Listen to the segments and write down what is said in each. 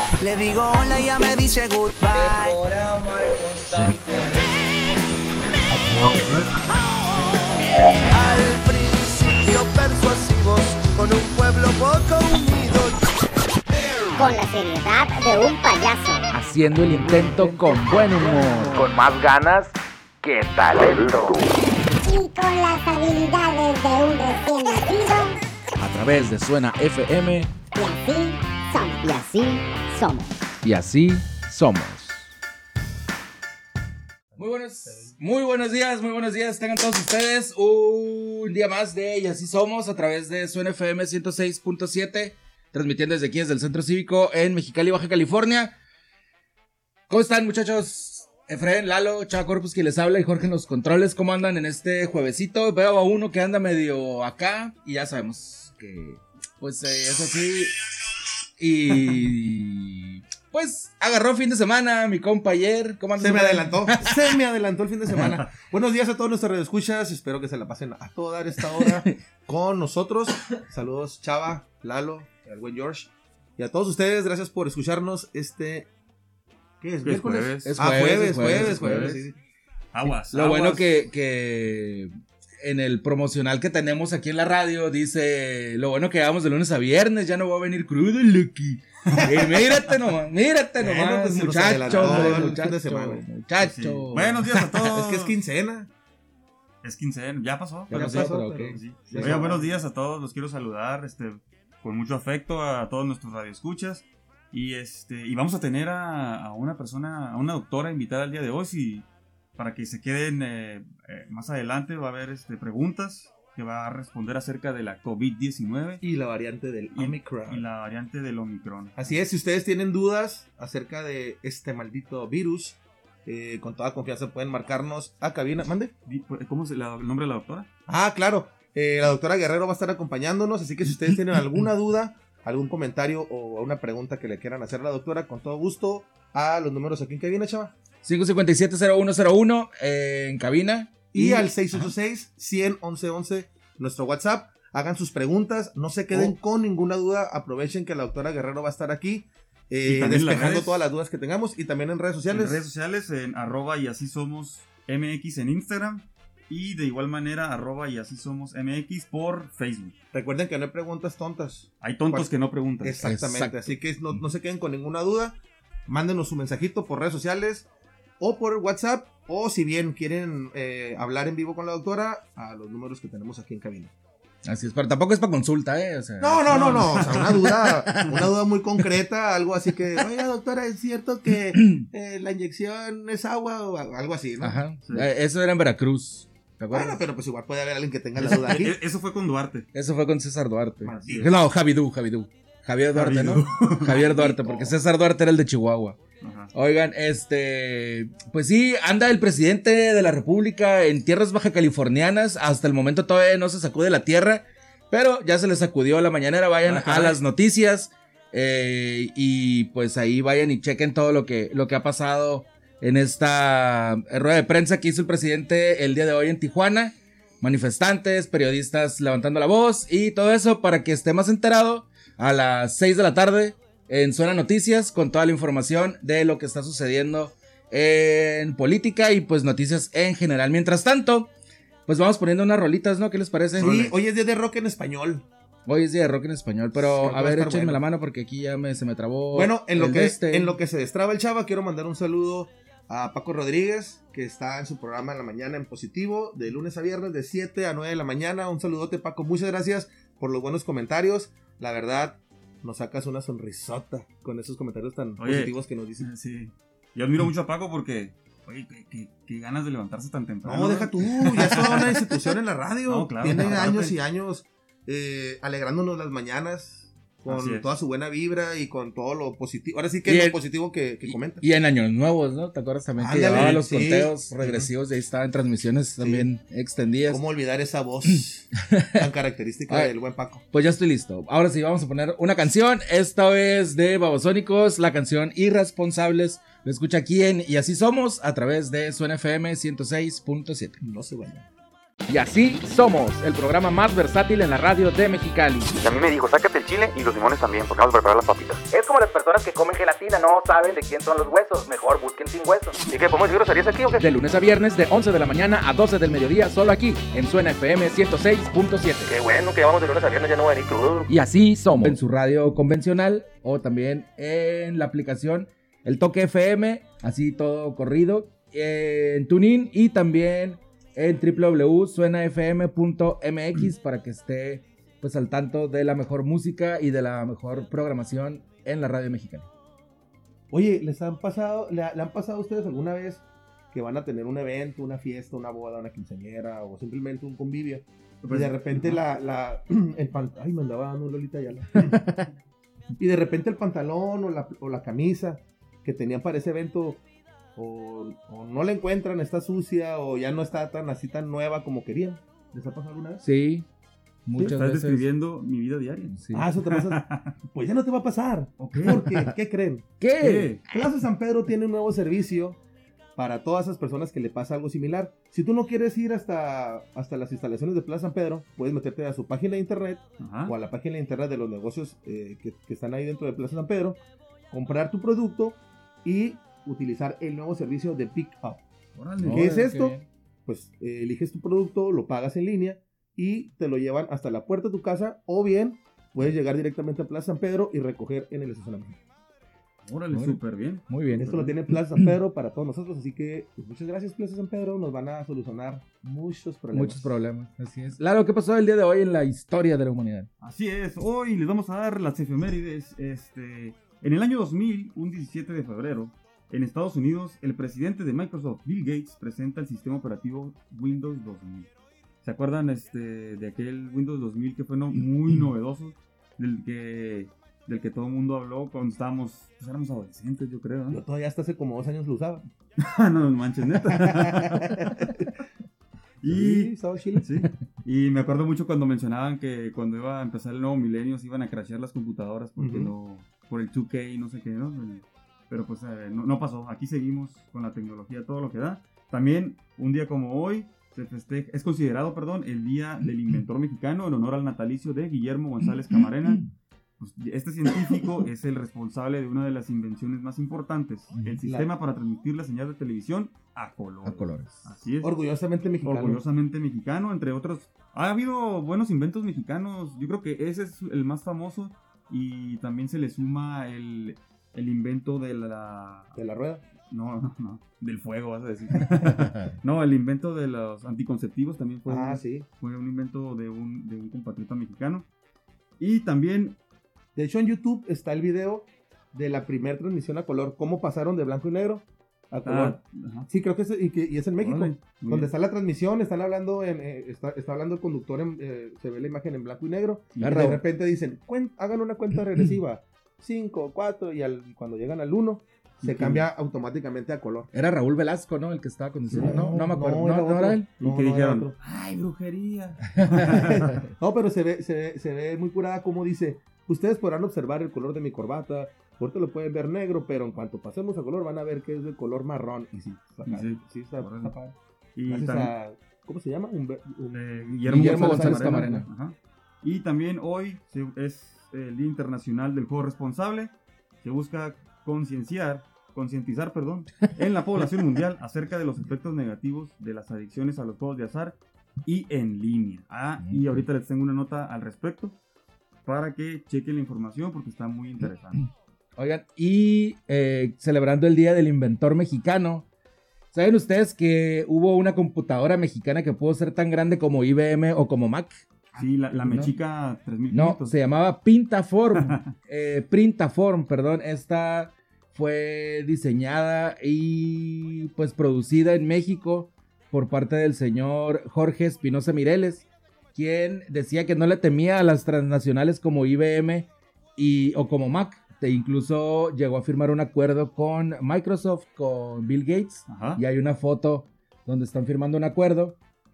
Le digo hola y ella me dice goodbye. Al principio persuasivos, con un pueblo poco unido. Con la seriedad de un payaso. Haciendo el intento con buen humor. Con más ganas que talento. Y con las habilidades de un recién nacido. A través de Suena FM. Y así somos. Y así somos. Muy buenos días, tengan todos ustedes un día más de Y así somos a través de Suena FM 106.7, transmitiendo desde aquí, desde el Centro Cívico en Mexicali, Baja California. ¿Cómo están, muchachos? Efraín, Lalo, Chava Corpus, que les habla, y Jorge en los controles. ¿Cómo andan en este juevesito? Veo a uno que anda medio acá y ya sabemos que pues es así. Y pues agarró fin de semana mi compa ayer. ¿Cómo andas? Se me adelantó el fin de semana. Buenos días a todos nuestros radioescuchas. Espero que se la pasen a todo dar esta hora con nosotros. Saludos, Chava, Lalo, al buen George. Y a todos ustedes, gracias por escucharnos ¿qué es? ¿Miércoles? Es jueves. Sí. Lo bueno que en el promocional que tenemos aquí en la radio dice: lo bueno que vamos de lunes a viernes, ya no voy a venir crudo, Lucky. Mírate nomás, Pues muchacho. Sí. Buenos días a todos. Es que es quincena. Es quincena, ya pasó. Pero okay. Sí. Oiga, buenos días a todos, los quiero saludar con mucho afecto a todos nuestros radioescuchas. Y vamos a tener a una persona, a una doctora invitada el día de hoy, para que se queden más adelante. Va a haber preguntas que va a responder acerca de la COVID-19 Y la variante del Omicron. y la variante del Omicron. Así es, si ustedes tienen dudas acerca de este maldito virus, con toda confianza pueden marcarnos a cabina. ¿Mande? ¿Cómo es el nombre de la doctora? Ah, claro. La doctora Guerrero va a estar acompañándonos, así que si ustedes tienen alguna duda, algún comentario o una pregunta que le quieran hacer a la doctora, con todo gusto, a los números aquí en cabina, Chava. 557-0101 en cabina. Y al 686-100-1111, nuestro WhatsApp. Hagan sus preguntas, no se queden con ninguna duda. Aprovechen que la doctora Guerrero va a estar aquí despejando todas las dudas que tengamos. Y también en redes sociales. En redes sociales, en @ y así somos MX en Instagram. Y de igual manera, @ y así somos MX por Facebook. Recuerden que no hay preguntas tontas. Hay tontos que no preguntan. Exactamente. Exacto. Así que no se queden con ninguna duda. Mándenos su mensajito por redes sociales o por WhatsApp. O si bien quieren hablar en vivo con la doctora, a los números que tenemos aquí en cabina. Así es, pero tampoco es para consulta, O sea, No. O sea, una duda muy concreta, algo así que, oiga, doctora, ¿es cierto que la inyección es agua o algo así, no? Ajá. Sí. Eso era en Veracruz. ¿Te acuerdas? Bueno, pero pues igual puede haber alguien que tenga la duda aquí. Eso fue con Duarte. Eso fue con César Duarte. Maldito. No, Javidú. Javier Duarte, ¿no? Javier Duarte, porque César Duarte era el de Chihuahua. Ajá. Oigan, pues sí, anda el presidente de la República en tierras baja californianas. Hasta el momento todavía no se sacude la tierra, pero ya se le sacudió a la mañanera. Vayan a las noticias y pues ahí vayan y chequen todo lo que ha pasado en esta rueda de prensa que hizo el presidente el día de hoy en Tijuana. Manifestantes, periodistas levantando la voz y todo eso para que esté más enterado a las 6 de la tarde en Suena Noticias con toda la información de lo que está sucediendo en política y pues noticias en general. Mientras tanto, pues vamos poniendo unas rolitas, ¿no? ¿Qué les parece? Sí, hoy es día de rock en español. Hoy es día de rock en español, pero Sí, a ver, échenme bueno. la mano porque aquí ya se me trabó. Bueno, en lo que se destraba el Chava, quiero mandar un saludo a Paco Rodríguez, que está en su programa en la mañana en Positivo, de lunes a viernes, de 7 a 9 de la mañana. Un saludote, Paco, muchas gracias por los buenos comentarios. La verdad, nos sacas una sonrisota con esos comentarios tan positivos que nos dicen. Sí. Yo admiro mucho a Paco porque, oye, qué ganas de levantarse tan temprano. No, deja tú, ya es toda una institución en la radio. No, claro, Tiene claro, años aparte. y años alegrándonos las mañanas con toda su buena vibra y con todo lo positivo. Ahora sí que es lo positivo que comenta. Y en años nuevos, ¿no? ¿Te acuerdas también que Ándale, llevaba los sí. conteos regresivos y ahí estaban transmisiones también extendidas? ¿Cómo olvidar esa voz tan característica del buen Paco? Pues ya estoy listo. Ahora sí, vamos a poner una canción. Esta vez de Babasónicos, la canción Irresponsables. Lo escucha aquí en Y así somos a través de Suena FM 106.7. No se vayan. Y así somos, el programa más versátil en la radio de Mexicali. Y a mí me dijo, sácate el chile y los limones también, porque vamos a preparar las papitas. Es como las personas que comen gelatina, no saben de quién son los huesos. Mejor busquen sin huesos. ¿Y qué, podemos decir groserías aquí o qué? De lunes a viernes, de 11 de la mañana a 12 del mediodía, solo aquí, en Suena FM 106.7. Qué bueno que vamos de lunes a viernes, ya no voy a venir crudo. Y así somos. En su radio convencional o también en la aplicación El Toque FM, así todo corrido, en TuneIn y también en www.suenafm.mx para que esté pues al tanto de la mejor música y de la mejor programación en la radio mexicana. Oye, ¿le han pasado a ustedes alguna vez que van a tener un evento, una fiesta, una boda, una quinceañera o simplemente un convivio? Y de repente ay, me andaba dando un Lolita Ayala. Y de repente el pantalón o la camisa que tenían para ese evento o no la encuentran, está sucia o ya no está tan nueva como querían. ¿Les ha pasado alguna vez? Sí, muchas Estás veces. describiendo mi vida diaria. Sí. Ah, eso te pasa. Pues ya no te va a pasar. Ok. Porque, ¿qué creen? ¿Qué? Plaza San Pedro tiene un nuevo servicio para todas esas personas que le pasa algo similar. Si tú no quieres ir hasta las instalaciones de Plaza San Pedro, puedes meterte a su página de internet Ajá. o a la página de internet de los negocios que están ahí dentro de Plaza San Pedro, comprar tu producto y utilizar el nuevo servicio de Pick Up. Órale. ¿Qué es esto? bien. Pues eliges tu producto, lo pagas en línea y te lo llevan hasta la puerta de tu casa, o bien puedes llegar directamente a Plaza San Pedro y recoger en el estacionamiento. Órale, súper bien. Muy bien. Esto lo tiene Plaza San Pedro para todos nosotros, así que pues, muchas gracias Plaza San Pedro, nos van a solucionar muchos problemas. Muchos problemas, así es. Lalo, ¿qué pasó el día de hoy en la historia de la humanidad? Así es, hoy les vamos a dar las efemérides. En el año 2000, un 17 de febrero, en Estados Unidos, el presidente de Microsoft, Bill Gates, presenta el sistema operativo Windows 2000. ¿Se acuerdan de aquel Windows 2000 que fue muy novedoso? Del que todo el mundo habló cuando éramos adolescentes, yo creo, ¿no? Yo todavía hasta hace como 2 años lo usaba. No manches, neta. Sí, estaba chile. Sí. Y me acuerdo mucho cuando mencionaban que cuando iba a empezar el nuevo milenio se iban a crashear las computadoras porque por el 2K y no sé qué, ¿no? Pero pues no pasó. Aquí seguimos con la tecnología, todo lo que da. También, un día como hoy, es considerado, el Día del Inventor Mexicano en honor al natalicio de Guillermo González Camarena. Pues, este científico es el responsable de una de las invenciones más importantes, el sistema para transmitir la señal de televisión a colores. A colores. Así es. Orgullosamente mexicano. Orgullosamente mexicano, entre otros. Ha habido buenos inventos mexicanos. Yo creo que ese es el más famoso. Y también se le suma el invento de la... ¿De la rueda? No. Del fuego, vas a decir. No, el invento de los anticonceptivos también fue, Sí. fue un invento de un compatriota mexicano. Y también... De hecho, en YouTube está el video de la primera transmisión a color. Cómo pasaron de blanco y negro a color. Ajá. Sí, creo que y es en México. Órale, muy donde bien. está la transmisión, están hablando, está hablando el conductor, se ve la imagen en blanco y negro. Y de repente dicen, hagan una cuenta regresiva. 5, 4, y cuando llegan al 1, se cambia automáticamente a color. Era Raúl Velasco, ¿no? El que estaba conduciendo. No me acuerdo. No, ¿No era él? Y que era dijeron, otro. ¡ay, brujería! No, pero se ve muy curada como dice, ustedes podrán observar el color de mi corbata, ahorita lo pueden ver negro, pero en cuanto pasemos a color van a ver que es de color marrón. Y sí, está padre. Y Gracias también, a, ¿cómo se llama? Guillermo González Camarena. Camarena. Ajá. Y también hoy es el Día Internacional del Juego Responsable. Se busca concientizar, en la población mundial acerca de los efectos negativos de las adicciones a los juegos de azar y en línea. Y ahorita les tengo una nota al respecto para que chequen la información porque está muy interesante. Oigan, y celebrando el Día del Inventor Mexicano, ¿saben ustedes que hubo una computadora mexicana que pudo ser tan grande como IBM o como Mac? Sí, la Mechica 3500. No, se llamaba Printaform. Printaform, perdón. Esta fue diseñada y pues producida en México por parte del señor Jorge Espinosa Mireles, quien decía que no le temía a las transnacionales como IBM o como Mac. Incluso llegó a firmar un acuerdo con Microsoft, con Bill Gates. Ajá. Y hay una foto donde están firmando un acuerdo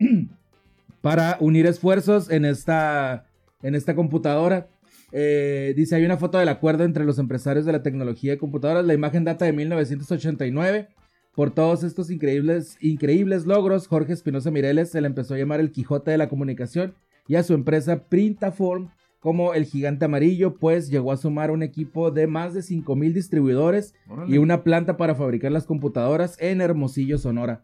para unir esfuerzos en esta computadora. Dice, hay una foto del acuerdo entre los empresarios de la tecnología de computadoras. La imagen data de 1989, Por todos estos increíbles logros, Jorge Espinosa Mireles se le empezó a llamar el Quijote de la comunicación y a su empresa Printaform como el gigante amarillo, pues llegó a sumar un equipo de más de 5,000 distribuidores y una planta para fabricar las computadoras en Hermosillo, Sonora.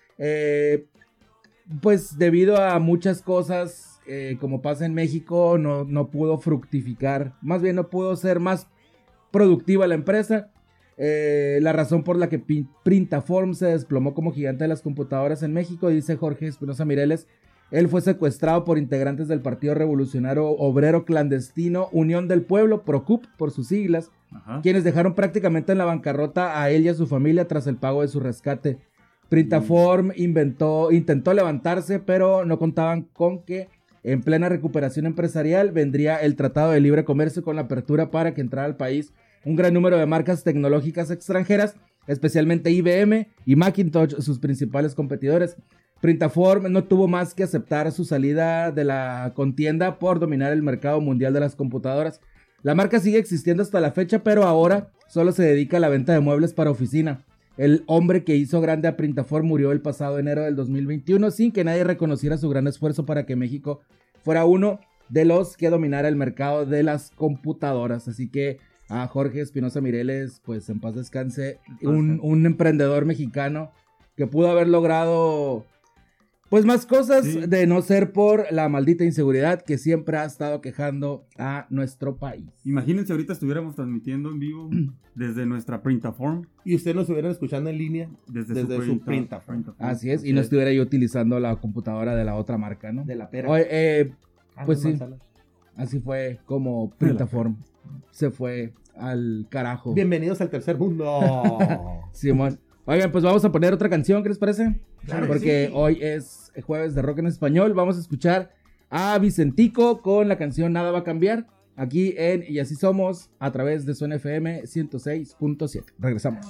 Pues debido a muchas cosas, como pasa en México, no pudo fructificar, más bien no pudo ser más productiva la empresa. La razón por la que Printaform se desplomó como gigante de las computadoras en México, dice Jorge Espinosa Mireles, él fue secuestrado por integrantes del Partido Revolucionario Obrero Clandestino Unión del Pueblo, PROCUP por sus siglas, quienes dejaron prácticamente en la bancarrota a él y a su familia tras el pago de su rescate. Printaform intentó levantarse, pero no contaban con que en plena recuperación empresarial vendría el Tratado de Libre Comercio con la apertura para que entrara al país un gran número de marcas tecnológicas extranjeras, especialmente IBM y Macintosh, sus principales competidores. Printaform no tuvo más que aceptar su salida de la contienda por dominar el mercado mundial de las computadoras. La marca sigue existiendo hasta la fecha, pero ahora solo se dedica a la venta de muebles para oficina. El hombre que hizo grande a Printaform murió el pasado enero del 2021 sin que nadie reconociera su gran esfuerzo para que México fuera uno de los que dominara el mercado de las computadoras. Así que a Jorge Espinosa Mireles, pues en paz descanse, un emprendedor mexicano que pudo haber logrado pues más cosas de no ser por la maldita inseguridad que siempre ha estado quejando a nuestro país. Imagínense ahorita estuviéramos transmitiendo en vivo desde nuestra Printaform. Y ustedes nos estuvieran escuchando en línea desde su Printaform. Así es, y no estuviera yo utilizando la computadora de la otra marca, ¿no? De la pera. Pues sí, así fue como Printaform se fue al carajo. Bienvenidos al tercer mundo. Simón. Oigan, pues vamos a poner otra canción, ¿qué les parece? Claro, porque sí. Hoy es jueves de rock en español. Vamos a escuchar a Vicentico con la canción Nada va a cambiar, aquí en Y Así Somos, a través de Suena FM 106.7. Regresamos.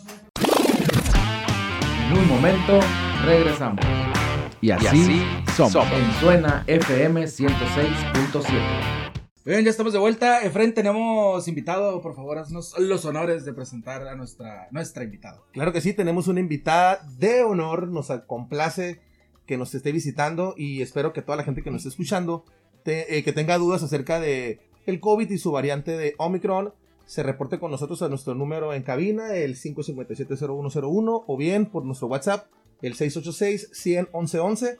En un momento, regresamos. Y así somos. En Suena FM 106.7. Bien, ya estamos de vuelta. Efren, tenemos invitado, por favor, haznos los honores de presentar a nuestra invitada. Claro que sí, tenemos una invitada de honor, nos complace que nos esté visitando y espero que toda la gente que nos esté escuchando, que tenga dudas acerca de el COVID y su variante de Omicron, se reporte con nosotros a nuestro número en cabina, el 557-0101, o bien por nuestro WhatsApp, el 686-100-1111.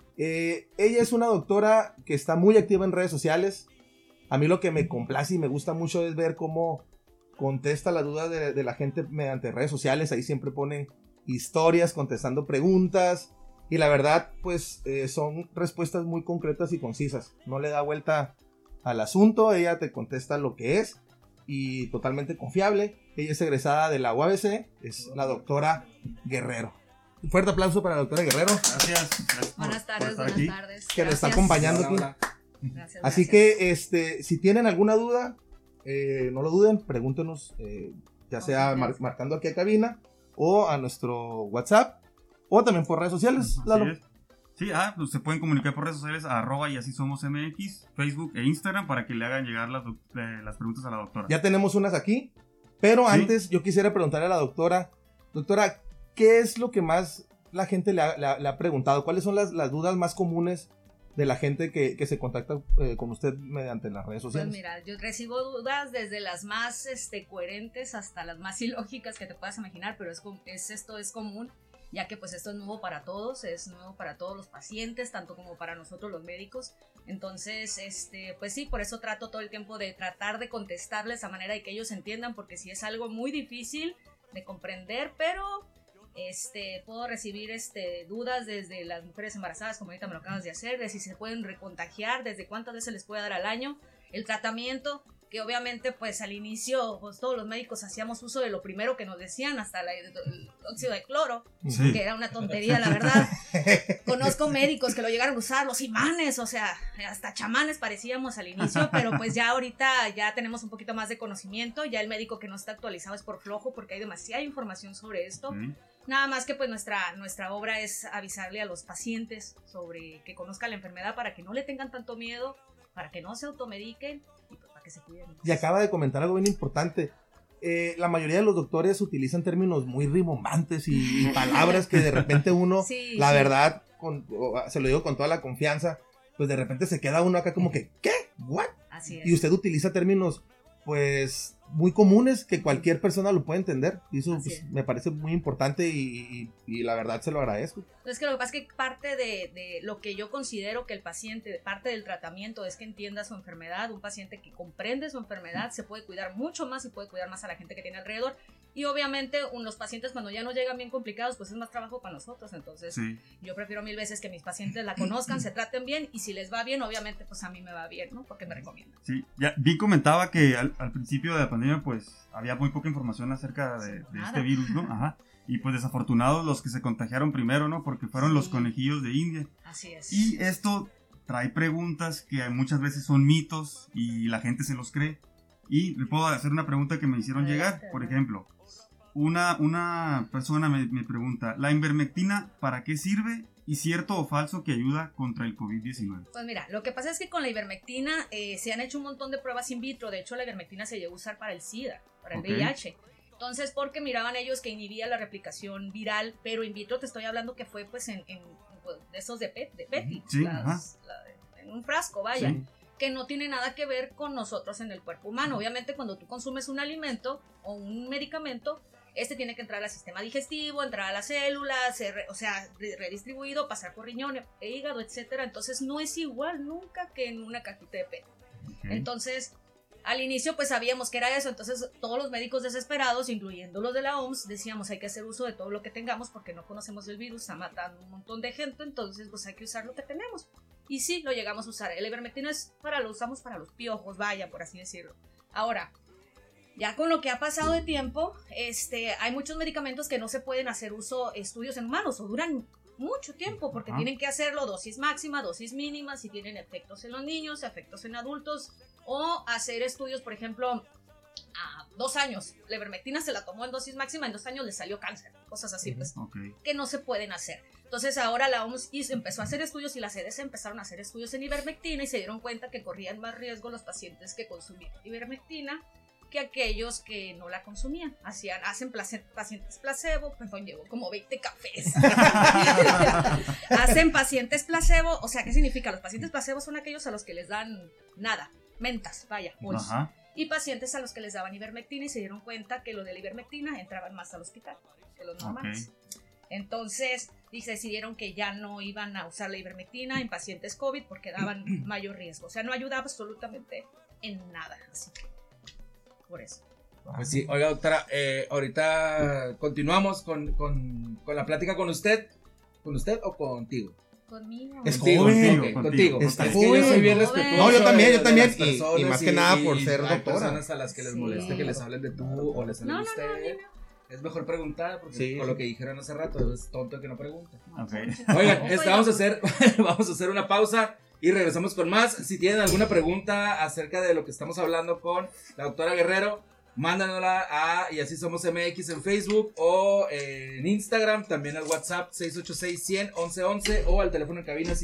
Ella es una doctora que está muy activa en redes sociales. A mí lo que me complace y me gusta mucho es ver cómo contesta las dudas de la gente mediante redes sociales. Ahí siempre pone historias contestando preguntas. Y la verdad, pues son respuestas muy concretas y concisas. No le da vuelta al asunto. Ella te contesta lo que es y totalmente confiable. Ella es egresada de la UABC. Es la doctora Guerrero. Un fuerte aplauso para la doctora Guerrero. Gracias. Buenas tardes, por estar aquí. Que nos está acompañando aquí. Gracias, Así que si tienen alguna duda, no lo duden, pregúntenos, ya sea marcando aquí a cabina o a nuestro WhatsApp o también por redes sociales. Lalo. Sí, pues se pueden comunicar por redes sociales a @y así somos MX, Facebook e Instagram para que le hagan llegar las preguntas a la doctora. Ya tenemos unas aquí, pero antes yo quisiera preguntarle a la doctora, ¿qué es lo que más la gente le ha preguntado? ¿Cuáles son las dudas más comunes de la gente que se contacta con usted mediante las redes sociales? Pues mira, yo recibo dudas desde las más coherentes hasta las más ilógicas que te puedas imaginar, pero esto es común, ya que pues esto es nuevo para todos, es nuevo para todos los pacientes, tanto como para nosotros los médicos. Entonces, pues sí, por eso trato todo el tiempo de tratar de contestarles a manera de que ellos entiendan, porque sí es algo muy difícil de comprender, pero puedo recibir dudas desde las mujeres embarazadas, como ahorita me lo acabas de hacer, de si se pueden recontagiar, desde cuántas veces les puede dar al año, el tratamiento, que obviamente pues al inicio pues todos los médicos hacíamos uso de lo primero que nos decían, hasta el óxido de cloro, que era una tontería la verdad. Conozco médicos que lo llegaron a usar, los imanes, o sea, hasta chamanes parecíamos al inicio, pero pues ya ahorita ya tenemos un poquito más de conocimiento, ya el médico que no está actualizado es por flojo, porque hay demasiada información sobre esto. Nada más que pues nuestra obra es avisarle a los pacientes sobre que conozcan la enfermedad para que no le tengan tanto miedo, para que no se automediquen y pues para que se cuiden. Y acaba de comentar algo bien importante. la mayoría de los doctores utilizan términos muy rimbombantes y palabras que de repente uno, Sí, la sí. verdad, se lo digo con toda la confianza, pues de repente se queda uno acá como que, ¿qué? ¿What? Así es. Y usted utiliza términos, pues, muy comunes que cualquier persona lo puede entender. Y eso Así pues, es. me parece muy importante y la verdad se lo agradezco. Es que lo que pasa es que parte de lo que yo considero que el paciente, parte del tratamiento es que entienda su enfermedad. Un paciente que comprende su enfermedad se puede cuidar mucho más y puede cuidar más a la gente que tiene alrededor. Y obviamente los pacientes cuando ya no llegan bien complicados, pues es más trabajo para nosotros. Entonces Sí. yo prefiero 1000 veces que mis pacientes la conozcan, se traten bien y si les va bien, obviamente pues a mí me va bien, ¿no? Porque me recomiendan. Sí, ya vi comentaba que al principio de la pandemia pues había muy poca información acerca de Nada. este virus, ¿no? Ajá. Y pues desafortunados los que se contagiaron primero, ¿no? Porque fueron los Sí. conejillos de India. Así es. Y esto trae preguntas que muchas veces son mitos y la gente se los cree. Y le puedo hacer una pregunta que me hicieron llegar. Por ejemplo, una persona me pregunta, ¿la ivermectina para qué sirve? ¿Y cierto o falso que ayuda contra el COVID-19? Pues mira, lo que pasa es que con la ivermectina se han hecho un montón de pruebas in vitro. De hecho, la ivermectina se llegó a usar para el SIDA, para el Ok. VIH. Entonces, porque miraban ellos que inhibía la replicación viral, pero in vitro te estoy hablando que fue pues en pues, de esos de PET, Sí, ajá. en un frasco, vaya. Sí. Que no tiene nada que ver con nosotros en el cuerpo humano. Obviamente, cuando tú consumes un alimento o un medicamento, este tiene que entrar al sistema digestivo, entrar a las células, redistribuido, pasar por riñón, hígado, etcétera. Entonces no es igual nunca que en una cajita de PET. Ok. Entonces, al inicio pues sabíamos que era eso, entonces todos los médicos desesperados, incluyendo los de la OMS, decíamos hay que hacer uso de todo lo que tengamos porque no conocemos el virus, está matando un montón de gente, entonces pues hay que usar lo que tenemos. Y sí, lo llegamos a usar. El ivermectina lo usamos para los piojos, vaya, por así decirlo. Ahora, ya con lo que ha pasado de tiempo, hay muchos medicamentos que no se pueden hacer estudios en humanos o duran mucho tiempo porque Ajá. tienen que hacerlo dosis máxima, dosis mínima, si tienen efectos en los niños, efectos en adultos, o hacer estudios, por ejemplo, a 2 años. La ivermectina se la tomó en dosis máxima, en 2 años le salió cáncer, cosas así, pues, Ok. que no se pueden hacer. Entonces ahora la OMS empezó a hacer estudios y las CDC empezaron a hacer estudios en ivermectina y se dieron cuenta que corrían más riesgo los pacientes que consumían ivermectina que aquellos que no la consumían. Hacen pacientes placebo, perdón, llevo como 20 cafés. Hacen pacientes placebo, o sea, ¿qué significa? Los pacientes placebo son aquellos a los que les dan nada, mentas, vaya, bolsa. Ajá. Y pacientes a los que les daban ivermectina y se dieron cuenta que lo de la ivermectina entraban más al hospital que los normales. Entonces, decidieron que ya no iban a usar la ivermectina en pacientes COVID porque daban mayor riesgo. O sea, no ayudaba absolutamente en nada. Así que, por eso. Pues sí, oiga doctora, ahorita continuamos con la plática con usted. ¿Con usted o contigo? Conmigo. Es Contigo, joven. ok, contigo. Está Es que yo joven. soy bien Joven. respetuoso. No, yo también, de yo también. las Y personas más que nada por ser hay doctora. personas a las que les Sí. moleste que les hablen de tú o les hablen No, de no, no, usted. dime. Es mejor preguntar porque Sí, con sí. lo que dijeron hace rato es tonto que no pregunte. Ok. Oigan, Oiga. vamos a hacer una pausa y regresamos con más. Si tienen alguna pregunta acerca de lo que estamos hablando con la doctora Guerrero, mándanosla a Y Así Somos MX en Facebook o en Instagram, también al WhatsApp 686-100-1111 o al teléfono en cabina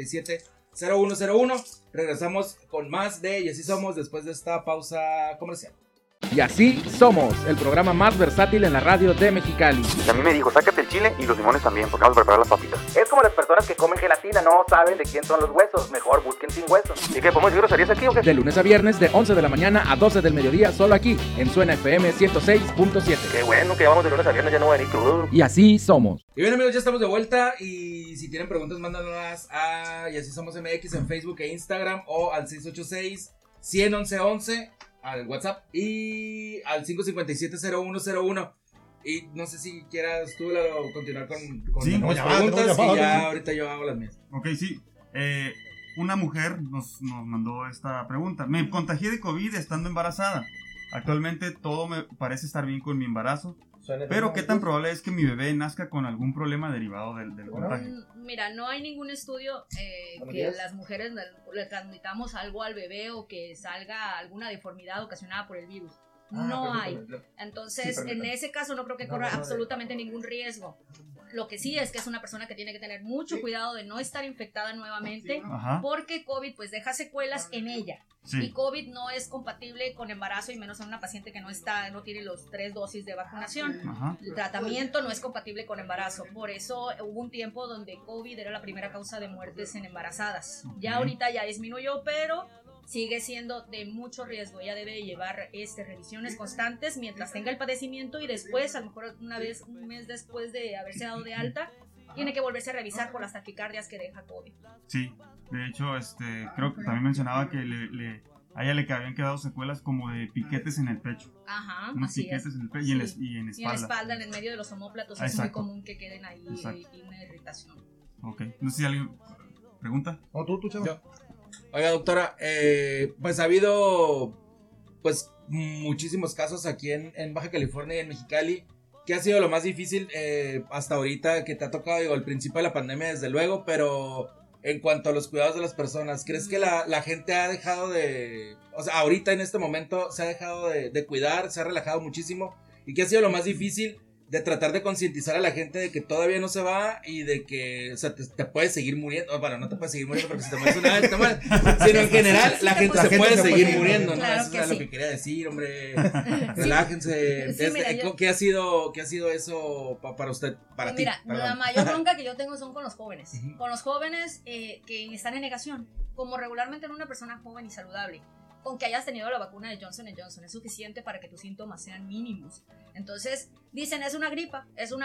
557-0101. Regresamos con más de Y Así Somos después de esta pausa comercial. Y así somos, el programa más versátil en la radio de Mexicali. Y a mí me dijo, sácate el chile y los limones también, porque vamos a preparar las papitas. Es como las personas que comen gelatina, no saben de quién son los huesos. Mejor busquen sin huesos. ¿Y qué, podemos decir groserías aquí o qué? De lunes a viernes, de 11 de la mañana a 12 del mediodía, solo aquí, en Suena FM 106.7. Qué bueno que vamos de lunes a viernes, ya no voy a venir crudo. Y así somos. Y bien amigos, ya estamos de vuelta y si tienen preguntas mándanoslas a Y Así Somos MX en Facebook e Instagram o al 686-100-1111 al WhatsApp y al 557-0101. Y no sé si quieras tú Lalo, continuar con Sí, las ya preguntas va, y sí. ya ahorita yo hago las mías. Ok, sí. Una mujer nos mandó esta pregunta. Me contagié de COVID estando embarazada. Actualmente todo me parece estar bien con mi embarazo. Pero ¿qué tan probable es que mi bebé nazca con algún problema derivado del contagio? Mira, no hay ningún estudio que las mujeres le transmitamos algo al bebé o que salga alguna deformidad ocasionada por el virus. No hay. Entonces, Sí, en ese caso no creo que corra absolutamente ningún riesgo. Lo que sí es que es una persona que tiene que tener mucho cuidado de no estar infectada nuevamente, Ajá. porque COVID pues deja secuelas en ella. Sí. Y COVID no es compatible con embarazo, y menos en una paciente que no tiene los 3 dosis de vacunación. Ajá. El tratamiento no es compatible con embarazo. Por eso hubo un tiempo donde COVID era la primera causa de muertes en embarazadas. Ya ahorita ya disminuyó, pero sigue siendo de mucho riesgo. Ella debe llevar revisiones constantes mientras tenga el padecimiento, y después, a lo mejor un mes después de haberse dado de alta, tiene que volverse a revisar por las taquicardias que deja COVID. Sí, de hecho, creo que también mencionaba que a ella le habían quedado secuelas como de piquetes en el pecho. Ajá, Unos así piquetes es. en el pecho Sí. y en Y en la espalda, en el medio de los omóplatos, es muy Exacto. común que queden ahí Exacto. y una irritación. Ok, no sé si alguien pregunta. No, tú, chavo. Yo. Oiga, doctora, pues ha habido pues muchísimos casos aquí en Baja California y en Mexicali. ¿Qué ha sido lo más difícil hasta ahorita que te ha tocado? Digo, al principio de la pandemia, desde luego, pero en cuanto a los cuidados de las personas, ¿crees que la gente ha dejado o sea, ahorita en este momento se ha dejado de cuidar, se ha relajado muchísimo? ¿Y qué ha sido lo más difícil de tratar de concientizar a la gente de que todavía no se va y de que, o sea, te puedes seguir muriendo? Bueno, no te puedes seguir muriendo porque si te mueres una vez te mueres, sino en general la gente se puede seguir muriendo, ¿no? Claro Eso que es sí. lo que quería decir, hombre. Relájense. Sí, mira, ¿Qué ha sido eso para usted, para ti? Mira, Perdón. la mayor bronca que yo tengo son con los jóvenes. Ujú. Con los jóvenes que están en negación. Como regularmente en una persona joven y saludable, con que hayas tenido la vacuna de Johnson & Johnson es suficiente para que tus síntomas sean mínimos. Entonces dicen, es una gripa,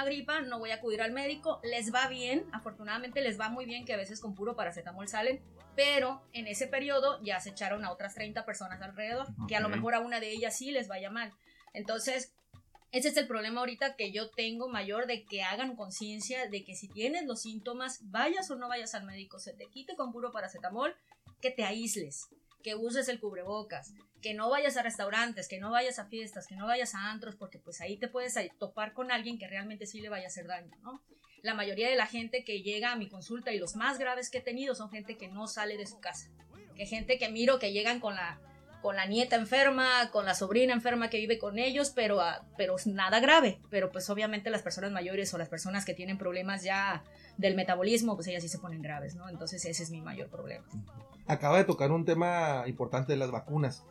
no voy a acudir al médico. Les va bien, afortunadamente les va muy bien, que a veces con puro paracetamol salen, pero en ese periodo ya se echaron a otras 30 personas alrededor, que a lo Ok. mejor a una de ellas sí les vaya mal. Entonces ese es el problema ahorita que yo tengo mayor, de que hagan conciencia de que si tienes los síntomas, vayas o no vayas al médico, se te quite con puro paracetamol, que te aísles, que uses el cubrebocas, que no vayas a restaurantes, que no vayas a fiestas, que no vayas a antros, porque pues ahí te puedes topar con alguien que realmente sí le vaya a hacer daño, ¿no? La mayoría de la gente que llega a mi consulta, y los más graves que he tenido, son gente que no sale de su casa, que gente que miro que llegan con la nieta enferma, con la sobrina enferma que vive con ellos, pero nada grave. Pero pues obviamente las personas mayores o las personas que tienen problemas ya del metabolismo, pues ellas sí se ponen graves, ¿no? Entonces ese es mi mayor problema. Acaba de tocar un tema importante de las vacunas.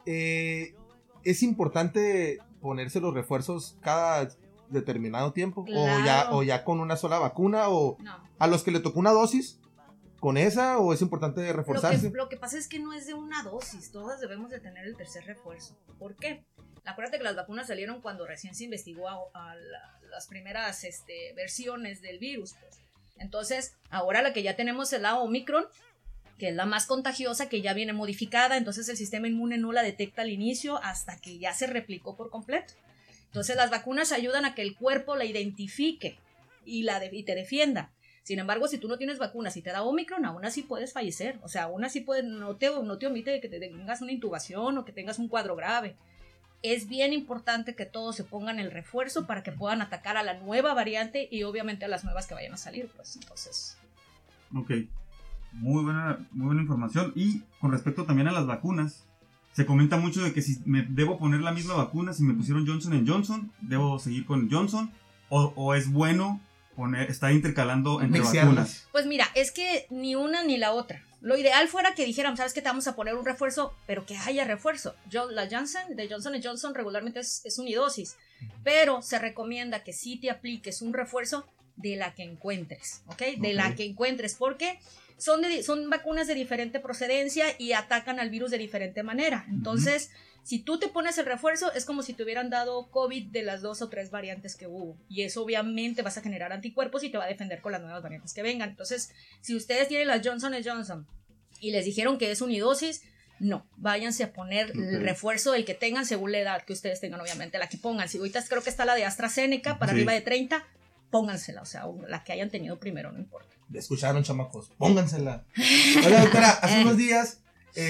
¿Es importante ponerse los refuerzos cada determinado tiempo? Claro. ¿O ya con una sola vacuna? ¿O No. a los que le tocó una dosis con esa? ¿O es importante reforzarse? Lo que pasa es que no es de una dosis, todas debemos de tener el tercer refuerzo. ¿Por qué? Acuérdate que las vacunas salieron cuando recién se investigó a las primeras versiones del virus, pues. Entonces, ahora la que ya tenemos es la Omicron, que es la más contagiosa, que ya viene modificada, entonces el sistema inmune no la detecta al inicio hasta que ya se replicó por completo. Entonces las vacunas ayudan a que el cuerpo la identifique y te defienda. Sin embargo, si tú no tienes vacunas y te da Omicron, aún así puedes fallecer. O sea, aún así no te omite que te tengas una intubación o que tengas un cuadro grave. Es bien importante que todos se pongan el refuerzo para que puedan atacar a la nueva variante y obviamente a las nuevas que vayan a salir, pues. Entonces, Ok, muy buena información. Y con respecto también a las vacunas, se comenta mucho de que si me debo poner la misma vacuna, si me pusieron Johnson & Johnson, debo seguir con Johnson, o es bueno estar intercalando entre vacunas. Pues mira, es que ni una ni la otra. Lo ideal fuera que dijeran, ¿sabes qué? Te vamos a poner un refuerzo, pero que haya refuerzo. La de Johnson & Johnson regularmente es unidosis, pero se recomienda que sí te apliques un refuerzo de la que encuentres, ¿ok? De la que encuentres, porque son vacunas de diferente procedencia y atacan al virus de diferente manera. Entonces, si tú te pones el refuerzo, es como si te hubieran dado COVID de las 2 o 3 variantes que hubo. Y eso obviamente vas a generar anticuerpos y te va a defender con las nuevas variantes que vengan. Entonces, si ustedes tienen la Johnson & Johnson y les dijeron que es unidosis, no, váyanse a poner el refuerzo del que tengan según la edad que ustedes tengan, obviamente, la que pongan. Si ahorita creo que está la de AstraZeneca para arriba de 30, póngansela, o sea, la que hayan tenido primero, no importa. Escucharon, chamacos, póngansela. Oiga, doctora, hace unos días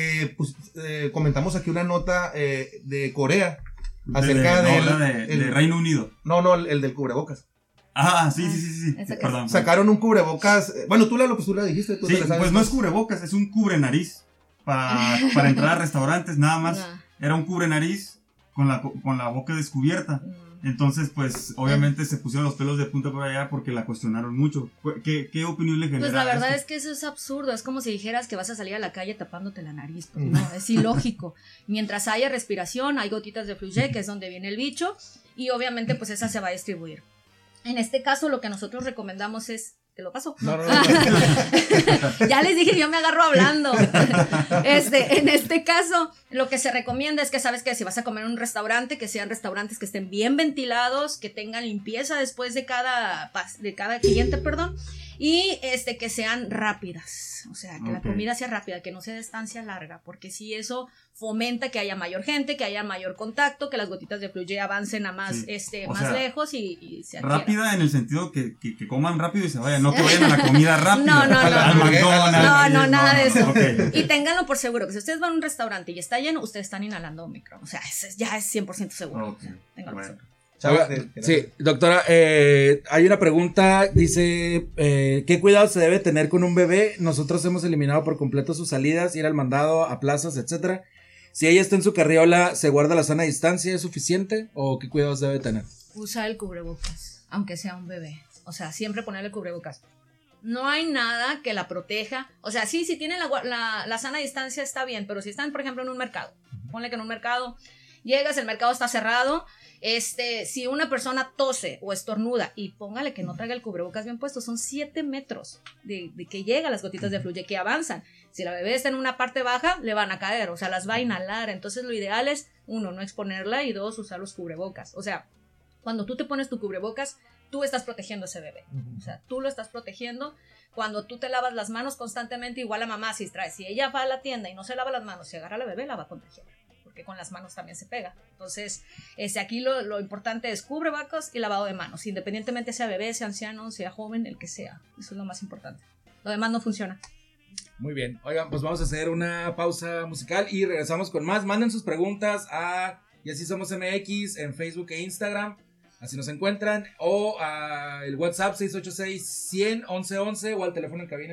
comentamos aquí una nota de Corea acerca del Reino Unido. No, el del cubrebocas. Ah, sí. Perdón. Sacaron un cubrebocas. Bueno, tú la dijiste. Tú sí, te la sabes. pues no es cubrebocas, es un cubre nariz para entrar a restaurantes, nada más. Era un cubre nariz con la boca descubierta. Entonces, pues, obviamente se pusieron los pelos de punta por allá porque la cuestionaron mucho. ¿Qué opinión le genera? Pues la verdad esto? es que eso es absurdo, es como si dijeras que vas a salir a la calle tapándote la nariz, pues no, es ilógico. Mientras haya respiración, hay gotitas de Flugé, que es donde viene el bicho, y obviamente pues esa se va a distribuir. En este caso lo que nosotros recomendamos es... ¿Te lo paso? No. Ya les dije, yo me agarro hablando. En este caso, lo que se recomienda es que, sabes que si vas a comer en un restaurante, que sean restaurantes que estén bien ventilados, que tengan limpieza después de cada cliente, perdón, y que sean rápidas. O sea, que la comida sea rápida, que no sea de estancia larga, porque si eso fomenta que haya mayor gente, que haya mayor contacto, que las gotitas de Flugé avancen a más, más lejos y se adquieran. Rápida en el sentido que coman rápido y se vayan, no que vayan a la comida rápida. No, al McDonald's. No, nada de eso. Okay. Y ténganlo por seguro, que si ustedes van a un restaurante y está lleno, ustedes están inhalando Omicron. O sea, ya es 100% seguro. Okay. Ténganlo por Bueno. seguro. Sí, doctora, hay una pregunta, dice, ¿qué cuidado se debe tener con un bebé? Nosotros hemos eliminado por completo sus salidas, ir al mandado, a plazas, etcétera. Si ella está en su carriola, ¿se guarda la sana distancia? ¿Es suficiente? ¿O qué cuidados debe tener? Usa el cubrebocas, aunque sea un bebé. O sea, siempre ponerle el cubrebocas. No hay nada que la proteja. O sea, sí, si tienen la sana distancia está bien, pero si están, por ejemplo, en un mercado, ponle que en un mercado llegas, el mercado está cerrado, si una persona tose o estornuda y póngale que no traiga el cubrebocas bien puesto, son 7 metros de que llegan las gotitas de Flugé, que avanzan. Si la bebé está en una parte baja, le van a caer, o sea, las va a inhalar. Entonces lo ideal es, 1, no exponerla, y 2, usar los cubrebocas. O sea, cuando tú te pones tu cubrebocas, tú estás protegiendo a ese bebé. O sea, tú lo estás protegiendo. Cuando tú te lavas las manos constantemente, igual la mamá, si ella va a la tienda y no se lava las manos, si agarra a la bebé, la va a contagiar, porque con las manos también se pega. Entonces, aquí lo importante es cubrebocas y lavado de manos, independientemente sea bebé, sea anciano, sea joven, el que sea. Eso es lo más importante. Lo demás no funciona. Muy bien. Oigan, pues vamos a hacer una pausa musical y regresamos con más. Manden sus preguntas a Y Así Somos MX en Facebook e Instagram. Así nos encuentran. O al WhatsApp 686-100-1111 o al teléfono en cabina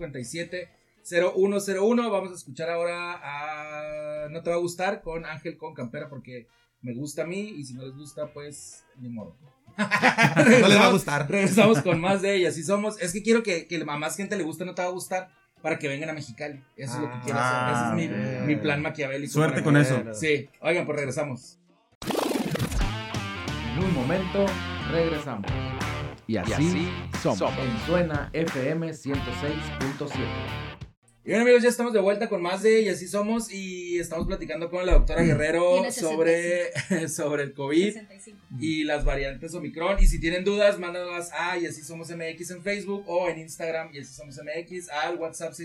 557-0101. Vamos a escuchar ahora a No Te Va a Gustar con Ángel con Campera, porque me gusta a mí y si no les gusta, pues ni modo. No les va a gustar. Regresamos con más de Y Así Somos. Es que quiero que a más gente le guste No Te Va a Gustar para que vengan a Mexicali. Eso es lo que quiero hacer. Ese es mi plan maquiavélico. Suerte con eso. Sí. Oigan, pues regresamos. En un momento regresamos. Y así somos. En Suena FM 106.7. Y bueno, amigos, ya estamos de vuelta con más de Y Así Somos y estamos platicando con la doctora Guerrero sobre el COVID 65. y las variantes Omicron. Y si tienen dudas, mándalas a Y Así Somos MX en Facebook o en Instagram Y Así Somos MX al WhatsApp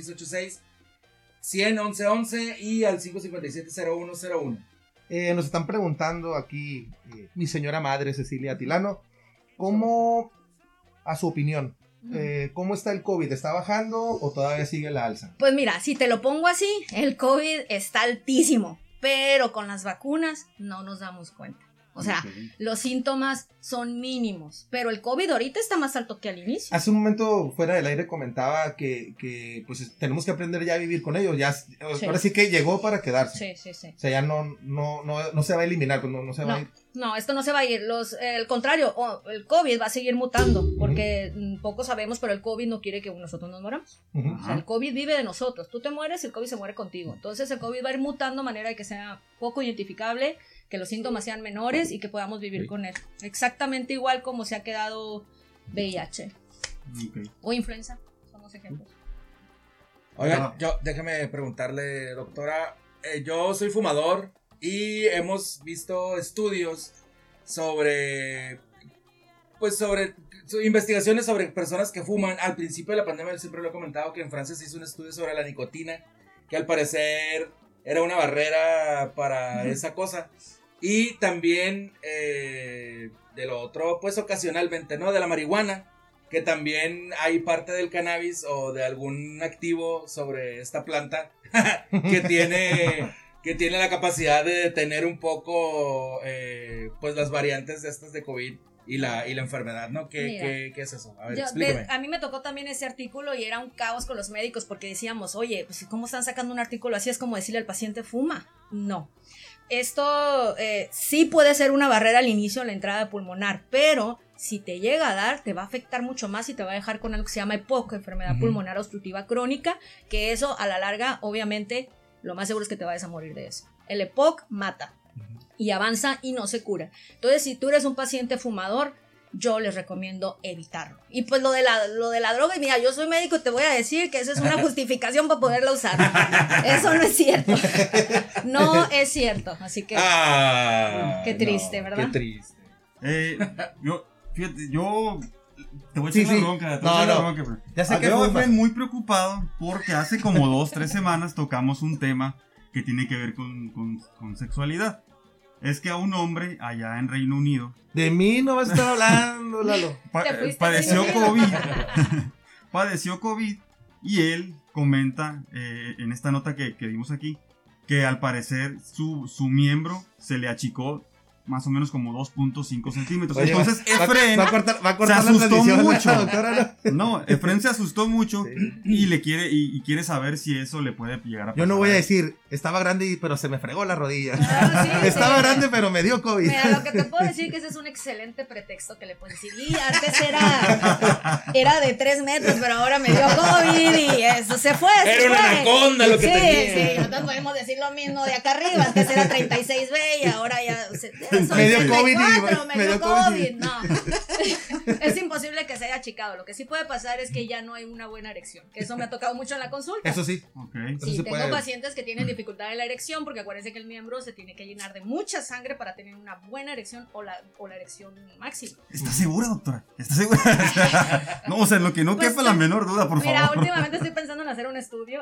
686-100-1111 y al 557-0101. Nos están preguntando aquí mi señora madre Cecilia Tilano, ¿cómo, a su opinión, cómo está el COVID? ¿Está bajando o todavía sigue la alza? Pues mira, si te lo pongo así, el COVID está altísimo, pero con las vacunas no nos damos cuenta. O sea, los síntomas son mínimos, pero el COVID ahorita está más alto que al inicio. Hace un momento fuera del aire comentaba que pues tenemos que aprender ya a vivir con ellos. Ya, sí. Ahora sí que llegó para quedarse. Sí. O sea, ya no se va a eliminar, no se va a ir. No, esto no se va a ir. El contrario, el COVID va a seguir mutando, porque poco sabemos, pero el COVID no quiere que nosotros nos moramos. O sea, el COVID vive de nosotros. Tú te mueres y el COVID se muere contigo. Entonces el COVID va a ir mutando de manera que sea poco identificable, que los síntomas sean menores y que podamos vivir con él. Exactamente igual como se ha quedado VIH o influenza. Son los ejemplos. Oigan, déjeme preguntarle, doctora, yo soy fumador y hemos visto estudios sobre investigaciones sobre personas que fuman. Al principio de la pandemia, yo siempre lo he comentado que en Francia se hizo un estudio sobre la nicotina, que al parecer era una barrera para esa cosa. Y también de lo otro, pues ocasionalmente, ¿no? De la marihuana, que también hay parte del cannabis o de algún activo sobre esta planta que tiene la capacidad de detener un poco pues las variantes de estas de COVID y la enfermedad, ¿no? ¿Qué es eso? A ver, explícame. A mí me tocó también ese artículo y era un caos con los médicos porque decíamos, oye, pues ¿cómo están sacando un artículo así? Es como decirle al paciente, fuma. No. esto sí puede ser una barrera al inicio en la entrada pulmonar, pero si te llega a dar, te va a afectar mucho más y te va a dejar con algo que se llama EPOC, enfermedad pulmonar obstructiva crónica, que eso a la larga, obviamente, lo más seguro es que te vayas a morir de eso. El EPOC mata y avanza y no se cura. Entonces, si tú eres un paciente fumador, yo les recomiendo evitarlo. Y pues lo de la droga, mira, yo soy médico y te voy a decir que eso es una justificación para poderla usar. Eso no es cierto. No es cierto. Así que qué triste, ¿verdad? Qué triste. Yo te voy a echar la bronca. No. Ya sé que yo estoy muy preocupado porque hace como 2-3 semanas tocamos un tema que tiene que ver con sexualidad. Es que a un hombre allá en Reino Unido... De mí no vas a estar hablando, Lalo. Padeció COVID. Padeció COVID y él comenta en esta nota que dimos aquí que al parecer su miembro se le achicó más o menos como 2.5 centímetros. Oye, entonces Efren va a cortar se asustó mucho. Doctora, no, Efren se asustó mucho y le quiere saber si eso le puede llegar a pasar. Yo no voy a decir, estaba grande pero se me fregó la rodilla. Sí, estaba grande pero me dio COVID. Mira, lo que te puedo decir que ese es un excelente pretexto que le puedes decir. Y antes era de 3 metros, pero ahora me dio COVID y eso se fue. Era una anaconda lo que tenía. Sí, nosotros podemos decir lo mismo de acá arriba. Antes era 36B y ahora ya... Me dio COVID me dio COVID. No, es imposible que se haya achicado. Lo que sí puede pasar es que ya no hay una buena erección, que eso me ha tocado mucho en la consulta. Eso sí. Okay. Sí, tengo pacientes que tienen dificultad en la erección porque acuérdense que el miembro se tiene que llenar de mucha sangre para tener una buena erección o la erección máxima. ¿Estás segura, doctora? ¿Estás segura? No, o sea, lo que no quepa la menor duda, por favor. Mira, últimamente estoy pensando en hacer un estudio.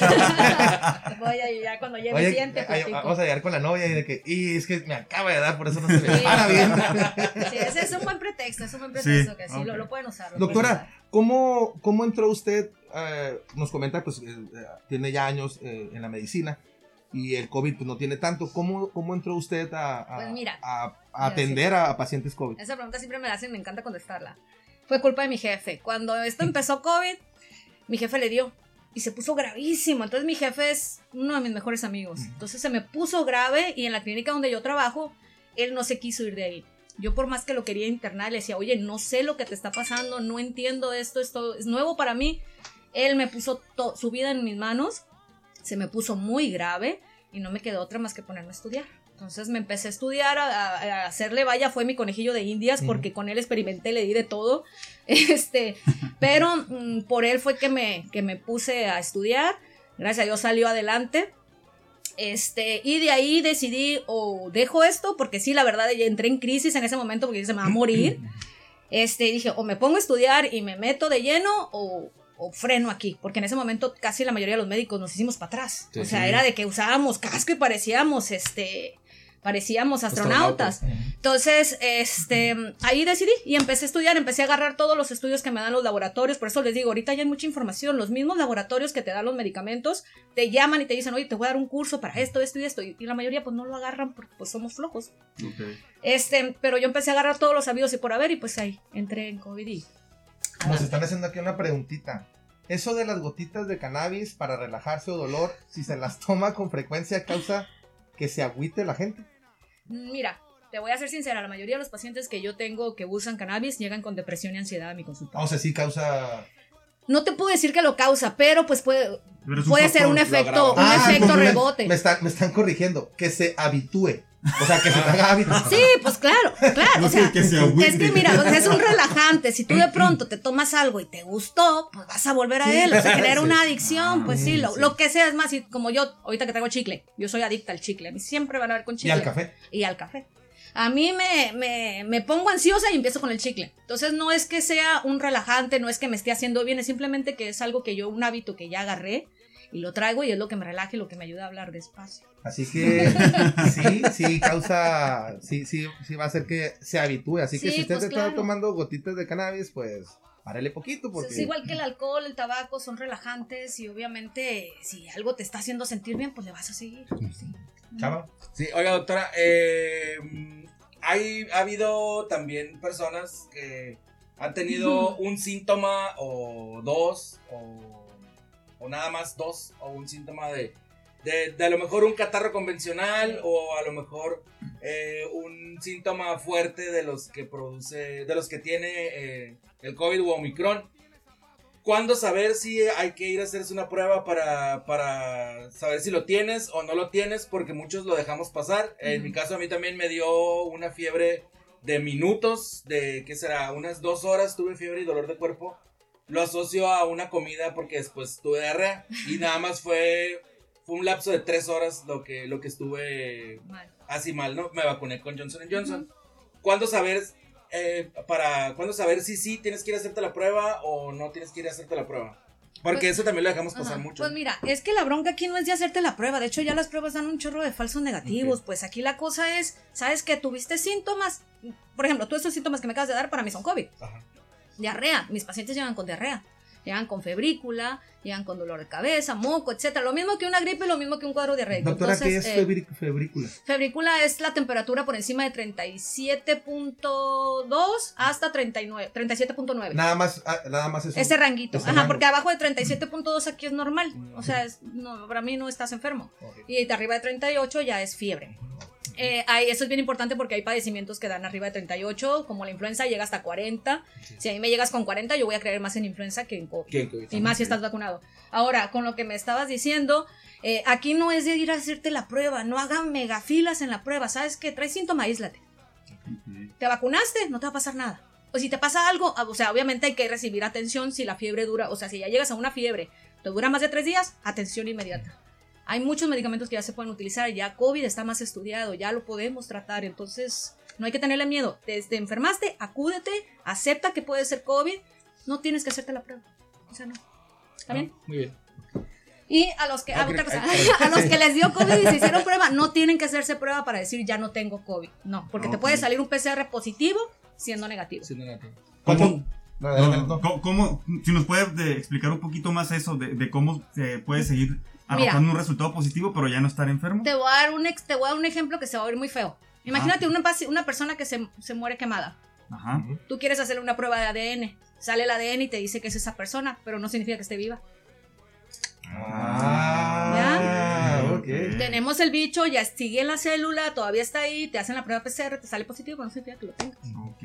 Voy a ir ya cuando llegue paciente. Vamos a llegar con la novia y de que, es que me acaba de dar, por eso no se me para bien. Sí, ese es un buen pretexto, que sí, lo pueden usar. Doctora, ¿cómo entró usted? Nos comenta, pues, tiene ya años en la medicina y el COVID pues no tiene tanto. ¿Cómo entró usted a atender a pacientes COVID? Esa pregunta siempre me la hacen, me encanta contestarla. Fue culpa de mi jefe. Cuando esto empezó COVID, mi jefe le dio y se puso gravísimo. Entonces mi jefe es uno de mis mejores amigos. Entonces se me puso grave y en la clínica donde yo trabajo, él no se quiso ir de ahí. Yo por más que lo quería internar, le decía, oye, no sé lo que te está pasando, no entiendo esto es nuevo para mí. Él me puso su vida en mis manos, se me puso muy grave y no me quedó otra más que ponerme a estudiar. Entonces me empecé a estudiar, a hacerle, fue mi conejillo de indias, porque con él experimenté, le di de todo. Pero por él fue que me puse a estudiar, gracias a Dios salió adelante. Y de ahí decidí o dejo esto, porque sí, la verdad, ya entré en crisis en ese momento porque se me va a morir. Dije, o me pongo a estudiar y me meto de lleno o freno aquí, porque en ese momento casi la mayoría de los médicos nos hicimos para atrás. Sí, o sea, era de que usábamos casco y parecíamos astronautas. Entonces, ahí decidí y empecé a estudiar, empecé a agarrar todos los estudios que me dan los laboratorios. Por eso les digo, ahorita ya hay mucha información. Los mismos laboratorios que te dan los medicamentos te llaman y te dicen, oye, te voy a dar un curso para esto y esto. Y la mayoría pues no lo agarran porque pues somos flojos. Okay. Pero yo empecé a agarrar todos los habidos y por haber y pues ahí entré en COVID y... Nos están haciendo aquí una preguntita. Eso de las gotitas de cannabis para relajarse o dolor, si se las toma con frecuencia, ¿causa que se agüite la gente? Mira, te voy a ser sincera, la mayoría de los pacientes que yo tengo que usan cannabis llegan con depresión y ansiedad a mi consulta. O sea, sí causa... No te puedo decir que lo causa, pero pues puede ser un efecto rebote. Me están corrigiendo, que se habitúe. O sea, que se te haga hábito. Sí, pues claro. O sea, es que mira, pues, es un relajante. Si tú de pronto te tomas algo y te gustó, pues vas a volver a él. O sea, genera una adicción, pues sí, lo que sea. Es más, como yo, ahorita que traigo chicle, yo soy adicta al chicle. A mí siempre van a ver con chicle. ¿Y al café? A mí me pongo ansiosa y empiezo con el chicle. Entonces no es que sea un relajante, no es que me esté haciendo bien, es simplemente que es algo que un hábito que ya agarré y lo traigo y es lo que me relaja y lo que me ayuda a hablar despacio. Así que sí causa, sí va a hacer que se habitúe. Así que si usted está tomando gotitas de cannabis, pues párele poquito. Porque... Es igual que el alcohol, el tabaco, son relajantes y obviamente si algo te está haciendo sentir bien, pues le vas a seguir. Sí. Chava. Sí, oiga doctora, ha habido también personas que han tenido un síntoma o dos o nada más dos o un síntoma de De a lo mejor un catarro convencional o a lo mejor un síntoma fuerte de los que tiene el COVID o Omicron. ¿Cuándo saber si hay que ir a hacerse una prueba para saber si lo tienes o no lo tienes? Porque muchos lo dejamos pasar. En mi caso a mí también me dio una fiebre de minutos, de ¿qué será? Unas 2 horas tuve fiebre y dolor de cuerpo. Lo asocio a una comida porque después tuve diarrea y nada más fue un lapso de 3 horas lo que estuve así mal, ¿no? Me vacuné con Johnson & Johnson. ¿Cuándo saber si sí tienes que ir a hacerte la prueba o no tienes que ir a hacerte la prueba? Porque pues, eso también lo dejamos pasar mucho. Pues mira, es que la bronca aquí no es de hacerte la prueba. De hecho, ya las pruebas dan un chorro de falsos negativos. Okay. Pues aquí la cosa es, ¿sabes que tuviste síntomas? Por ejemplo, tú estos síntomas que me acabas de dar para mí son COVID. Ajá. Diarrea. Mis pacientes llegan con diarrea. Llegan con febrícula, llegan con dolor de cabeza, moco, etcétera. Lo mismo que una gripe, lo mismo que un cuadro diarreico. Doctora, entonces, ¿qué es febrícula? Febrícula es la temperatura por encima de 37.2 hasta 37.9. Nada más eso. Ese ranguito. Ajá, porque abajo de 37.2 aquí es normal. O sea, no, para mí no estás enfermo. Okay. Y de arriba de 38 ya es fiebre. Eso es bien importante porque hay padecimientos que dan arriba de 38, como la influenza llega hasta 40. Sí. Si a mí me llegas con 40, yo voy a creer más en influenza que en COVID. Y más si estás vacunado. Ahora, con lo que me estabas diciendo, aquí no es de ir a hacerte la prueba, no hagan megafilas en la prueba. ¿Sabes qué? Traes síntoma, aíslate. ¿Te vacunaste? No te va a pasar nada. O si te pasa algo, o sea, obviamente hay que recibir atención si la fiebre dura, o sea, si ya llegas a una fiebre, te dura más de 3 días, atención inmediata. Hay muchos medicamentos que ya se pueden utilizar, ya COVID está más estudiado, ya lo podemos tratar, entonces no hay que tenerle miedo. Te enfermaste, acúdete, acepta que puede ser COVID, no tienes que hacerte la prueba. O sea, no. ¿Está bien? Muy bien. Y a los que, otra cosa, a los que les dio COVID y se hicieron prueba, no tienen que hacerse prueba para decir ya no tengo COVID. No, porque te puede salir un PCR positivo siendo negativo. ¿Cómo? ¿Cómo? Si nos puede explicar un poquito más eso de cómo se puede seguir arrojando un resultado positivo, pero ya no estar enfermo. Te voy a dar un ejemplo que se va a ver muy feo. Imagínate una persona que se muere quemada. Ajá. Tú quieres hacerle una prueba de ADN. Sale el ADN y te dice que es esa persona, pero no significa que esté viva. ¿Ya? Okay. Tenemos el bicho, ya sigue en la célula, todavía está ahí, te hacen la prueba PCR, te sale positivo, pero no significa que lo tengas.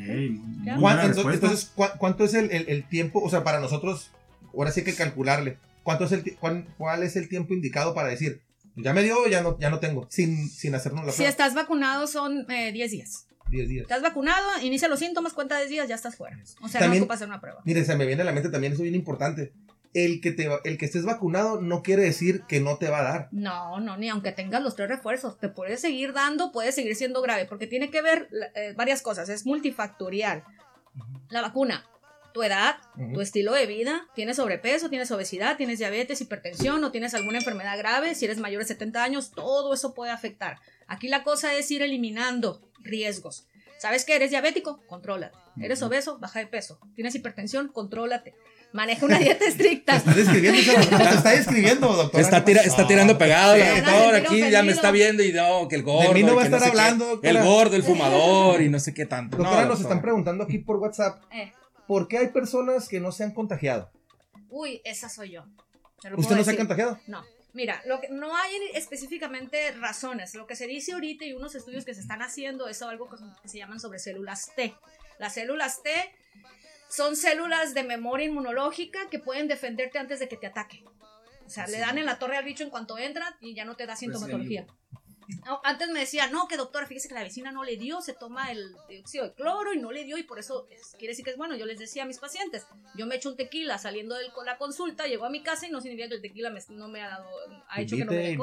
Entonces, ¿cuánto es el tiempo? O sea, para nosotros, ahora sí hay que calcularle. ¿Cuál es el tiempo indicado para decir, ya me dio, ya no tengo, sin hacernos la prueba? Si estás vacunado son 10 días. 10 días. Estás vacunado, inicia los síntomas, cuenta 10 días, ya estás fuera. O sea, también, no ocupas hacer una prueba. Mire, se me viene a la mente también, eso es bien importante. El que estés vacunado no quiere decir que no te va a dar. No, ni aunque tengas los 3 refuerzos, te puede seguir dando, puede seguir siendo grave, porque tiene que ver varias cosas, es multifactorial. La vacuna, tu edad, tu estilo de vida, tienes sobrepeso, tienes obesidad, tienes diabetes, hipertensión o tienes alguna enfermedad grave, si eres mayor de 70 años, todo eso puede afectar. Aquí la cosa es ir eliminando riesgos. ¿Sabes que eres diabético? Contrólate. ¿Eres obeso? Baja de peso. ¿Tienes hipertensión? Contrólate. Maneja una dieta estricta. Te está describiendo, doctora. Está tirando pegado la doctora aquí, ya me está viendo y no, que el gordo. De mí no va a estar hablando. El gordo, el fumador y no sé qué tanto. Doctora, nos están preguntando aquí por WhatsApp. ¿Por qué hay personas que no se han contagiado? Uy, esa soy yo. ¿Usted no se ha contagiado? No. Mira, no hay específicamente razones. Lo que se dice ahorita y unos estudios que se están haciendo es algo que se llaman sobre células T. Las células T son células de memoria inmunológica que pueden defenderte antes de que te ataque. O sea, le dan en la torre al bicho en cuanto entra y ya no te da sintomatología. No, antes me decían, no, que doctora, fíjese que la vecina no le dio, se toma el dióxido de cloro y no le dio y por eso quiere decir que es bueno. Yo les decía a mis pacientes, yo me echo un tequila saliendo de la consulta, llego a mi casa y no significa que el tequila no me ha hecho que no me dé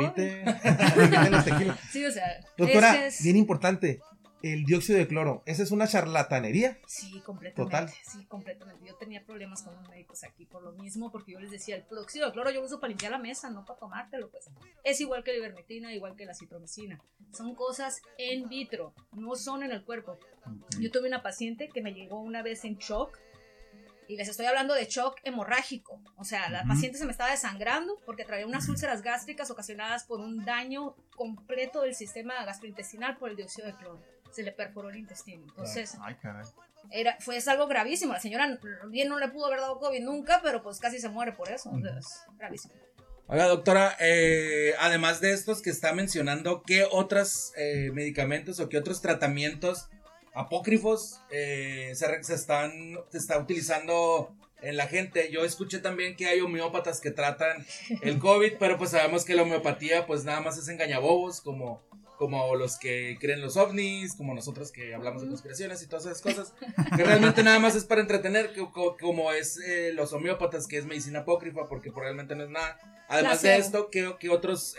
COVID. Sí, o sea, doctora, bien importante, el dióxido de cloro, ¿esa es una charlatanería? Sí, completamente. Total. Sí, completamente. Yo tenía problemas con los médicos aquí por lo mismo, porque yo les decía, el dióxido de cloro yo lo uso para limpiar la mesa, no para tomártelo, pues. Es igual que la ivermectina, igual que la citromicina. Son cosas en vitro, no son en el cuerpo. Yo tuve una paciente que me llegó una vez en shock, y les estoy hablando de shock hemorrágico. O sea, la paciente se me estaba desangrando porque traía unas úlceras gástricas ocasionadas por un daño completo del sistema gastrointestinal por el dióxido de cloro. Se le perforó el intestino. Entonces, fue algo gravísimo. La señora bien no le pudo haber dado COVID nunca, pero pues casi se muere por eso. O sea, es gravísimo. Oiga, doctora, además de estos que está mencionando, ¿qué otros medicamentos o qué otros tratamientos apócrifos se está utilizando en la gente? Yo escuché también que hay homeópatas que tratan el COVID, pero pues sabemos que la homeopatía pues nada más es engañabobos, como los que creen los ovnis, como nosotros que hablamos de conspiraciones y todas esas cosas, que realmente nada más es para entretener, como es los homeópatas, que es medicina apócrifa, porque realmente no es nada. Además de esto, ¿qué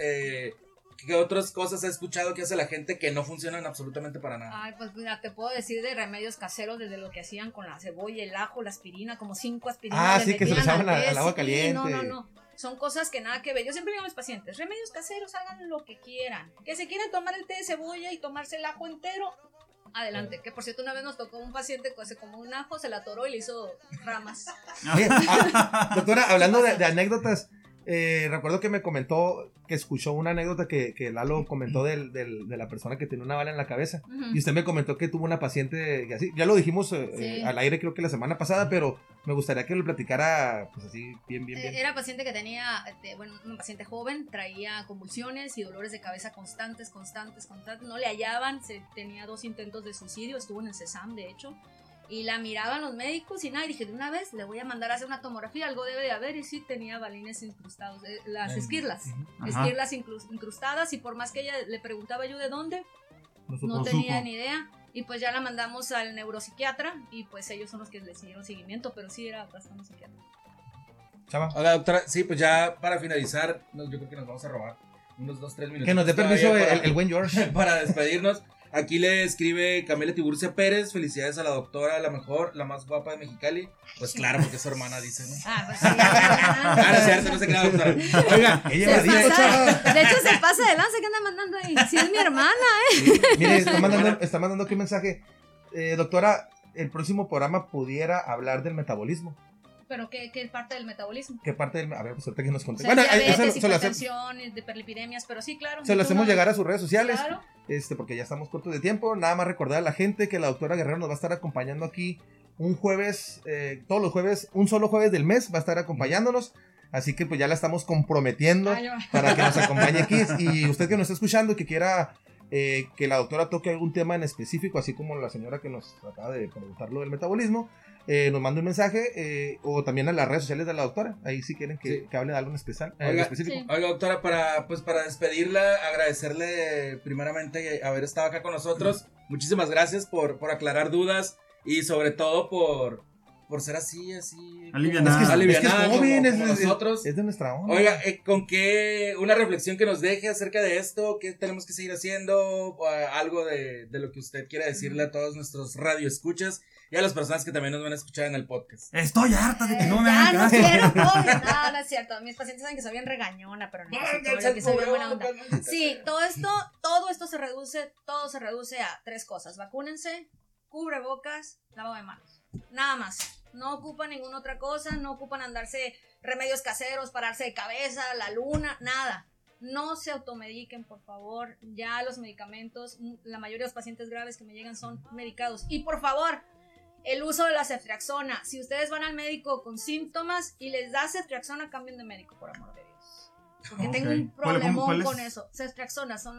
otras cosas ha escuchado que hace la gente que no funcionan absolutamente para nada? Ay, pues mira, te puedo decir de remedios caseros, desde lo que hacían con la cebolla, el ajo, la aspirina, como 5 aspirinas. Sí, que se les echaban al agua caliente. No. Son cosas que nada que ver. Yo siempre digo a mis pacientes, remedios caseros, hagan lo que quieran. Que se quieran tomar el té de cebolla y tomarse el ajo entero, adelante. Que por cierto, una vez nos tocó un paciente que se comió un ajo, se la atoró y le hizo ramas. Oye, doctora, hablando de anécdotas, recuerdo que me comentó que escuchó una anécdota que Lalo comentó de la persona que tenía una bala en la cabeza. Y usted me comentó que tuvo una paciente que así, ya lo dijimos al aire creo que la semana pasada, pero me gustaría que lo platicara pues así bien. Era paciente que tenía, un paciente joven, traía convulsiones y dolores de cabeza constantes, no le hallaban, tenía 2 intentos de suicidio, estuvo en el CESAM de hecho. Y la miraban los médicos y nada, y dije, de una vez le voy a mandar a hacer una tomografía, algo debe de haber, y sí tenía balines incrustados, las esquirlas incrustadas, y por más que ella le preguntaba yo de dónde, no tenía ni idea, y pues ya la mandamos al neuropsiquiatra, y pues ellos son los que le siguieron seguimiento, pero sí era bastante psiquiatra. Chava. Hola, doctora, sí, pues ya para finalizar, yo creo que nos vamos a robar unos 2-3 minutos. Que nos dé permiso el buen George. Para despedirnos. Aquí le escribe Camila Tiburcia Pérez, felicidades a la doctora, la mejor, la más guapa de Mexicali. Pues claro, porque es su hermana, dice, ¿no? Pues sí. No es cierto, no se crea, doctora. Oiga, ella de hecho se pasa de lanza, ¿qué anda mandando ahí? Sí, es mi hermana, Mire, está mandando aquí un mensaje. Doctora, el próximo programa pudiera hablar del metabolismo. ¿Pero qué parte del metabolismo? ¿Qué parte del...? A ver, pues ahorita que nos conté. O sea, diabetes, hipertensión, de hiperlipidemias, pero sí, claro. Se lo hacemos llegar a sus redes sociales, claro. Porque ya estamos cortos de tiempo. Nada más recordar a la gente que la doctora Guerrero nos va a estar acompañando aquí un jueves, todos los jueves, un solo jueves del mes va a estar acompañándonos. Así que pues ya la estamos comprometiendo para que nos acompañe aquí. Y usted que nos está escuchando, que quiera que la doctora toque algún tema en específico, así como la señora que nos acaba de preguntar lo del metabolismo, nos manda un mensaje o también a las redes sociales de la doctora. Ahí si quieren que hable de algo en especial, específico. Sí. Oiga, doctora, para despedirla, agradecerle primeramente haber estado acá con nosotros. Muchísimas gracias por aclarar dudas y sobre todo por ser así alivianada. Es que es joven, como nosotros. Es de nuestra onda. Oiga, una reflexión que nos deje acerca de esto, qué tenemos que seguir haciendo, algo de lo que usted quiera decirle a todos nuestros radioescuchas y a las personas que también nos van a escuchar en el podcast. Estoy harta de que no me hagan no caso. quiero, no es cierto. Mis pacientes saben que soy bien regañona, pero no que soy bien buena onda. Sí, todo esto se reduce a 3 cosas: vacúnense, cubrebocas, lavado de manos. Nada más. No ocupan ninguna otra cosa, no ocupan andarse remedios caseros, pararse de cabeza, la luna, nada. No se automediquen, por favor. Ya los medicamentos, la mayoría de los pacientes graves que me llegan son medicados. Y por favor, el uso de la ceftriaxona. Si ustedes van al médico con síntomas y les da ceftriaxona, cambien de médico, por amor de Dios. Porque tengo un problemón con eso. Ceftriaxona son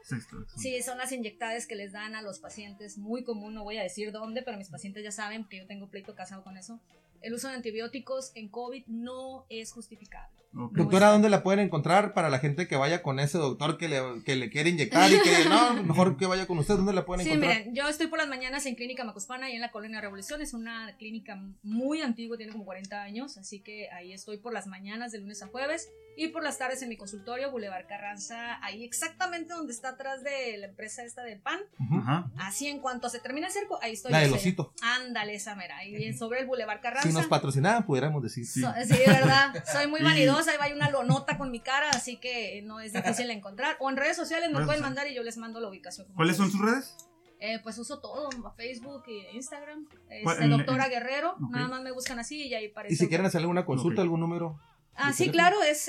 son las inyectadas que les dan a los pacientes, muy común, no voy a decir dónde, pero mis pacientes ya saben que yo tengo pleito casado con eso. El uso de antibióticos en COVID no es justificable. Okay. Doctora, ¿dónde la pueden encontrar para la gente que vaya con ese doctor que le quiere inyectar y que no, mejor que vaya con usted? ¿Dónde la pueden encontrar? Miren, yo estoy por las mañanas en Clínica Macuspana y en la Colonia Revolución. Es una clínica muy antigua, tiene como 40 años, así que ahí estoy por las mañanas de lunes a jueves y por las tardes en mi consultorio, Boulevard Carranza, ahí exactamente donde está atrás de la empresa esta del pan. Así en cuanto se termina el cerco, ahí estoy. La del osito. Ándale, esa mera, ahí sobre el Boulevard Carranza. Si nos patrocinaban, pudiéramos decir. Sí, verdad, soy muy vanidosa, ahí va una lonota con mi cara, así que no es difícil de encontrar. O en redes sociales me pueden mandar y yo les mando la ubicación. ¿Cuáles son sus redes? Pues uso todo, Facebook y Instagram. ¿El doctora Guerrero, nada más me buscan así y ahí aparece. Y si quieren hacer alguna consulta, algún número. Sí, claro, es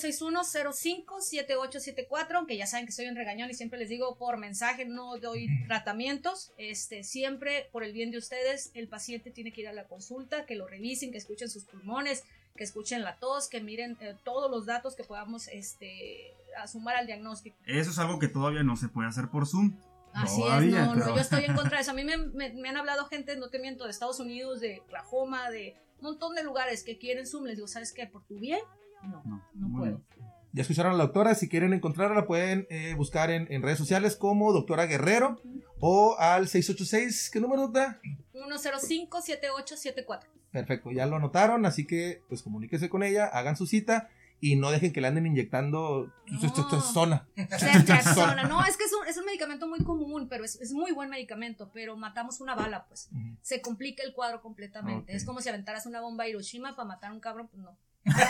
6861-057874, aunque ya saben que estoy en regañón y siempre les digo por mensaje, no doy tratamientos, siempre por el bien de ustedes, el paciente tiene que ir a la consulta, que lo revisen, que escuchen sus pulmones, que escuchen la tos, que miren todos los datos que podamos sumar al diagnóstico. Eso es algo que todavía no se puede hacer por Zoom. Así Todavía, es, no, yo estoy en contra de eso. A mí me han hablado gente, no te miento, de Estados Unidos, de Oklahoma, de un montón de lugares que quieren Zoom. Les digo, ¿sabes qué? Por tu bien, no puedo. Ya escucharon a la doctora, si quieren encontrarla pueden buscar en redes sociales como doctora Guerrero o al 686, ¿qué número da? 105-7874. Perfecto, ya lo anotaron, así que pues comuníquese con ella, hagan su cita y no dejen que le anden inyectando testosterona. No, es que es un medicamento muy común, pero es muy buen medicamento, pero matamos una bala, pues. Se complica el cuadro completamente. Okay. Es como si aventaras una bomba a Hiroshima para matar a un cabrón, pues no.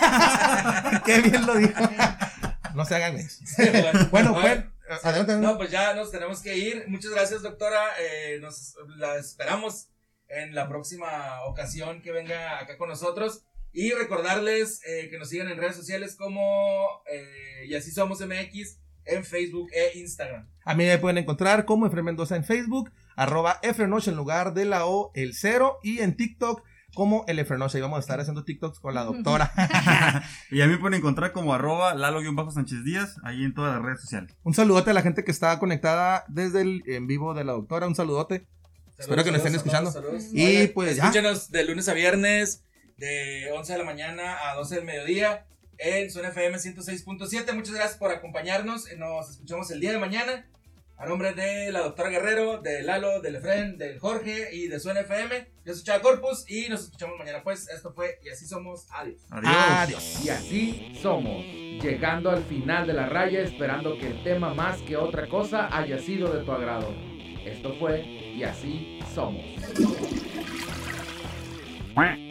Qué bien lo dijo. No se hagan eso. Bueno, pues, adelante. No, pues ya nos tenemos que ir. Muchas gracias, doctora. La esperamos en la próxima ocasión que venga acá con nosotros. Y recordarles que nos sigan en redes sociales como Y Así Somos MX en Facebook e Instagram. A mí me pueden encontrar como Efraín Mendoza en Facebook, @Efrenoche en lugar de la O, el 0, y en TikTok como el Efrenoche. Y vamos a estar haciendo TikToks con la doctora. Y a mí me pueden encontrar como @Lalo-Sánchez Díaz, ahí en todas las redes sociales. Un saludote a la gente que está conectada desde el en vivo de la doctora. Un saludote. Espero que nos estén escuchando. Saludos. Y Oigan, pues escúchenos de lunes a viernes, de 11 de la mañana a 12 del mediodía en Zona FM 106.7. Muchas gracias por acompañarnos. Nos escuchamos el día de mañana. A nombre de la doctora Guerrero, de Lalo, del Efren, del Jorge y de Zona FM. Yo soy Chava Corpus y nos escuchamos mañana. Pues esto fue Y Así Somos. Adiós. Adiós. Y así somos, llegando al final de la raya, esperando que el tema más que otra cosa haya sido de tu agrado. Esto fue Y Así Somos.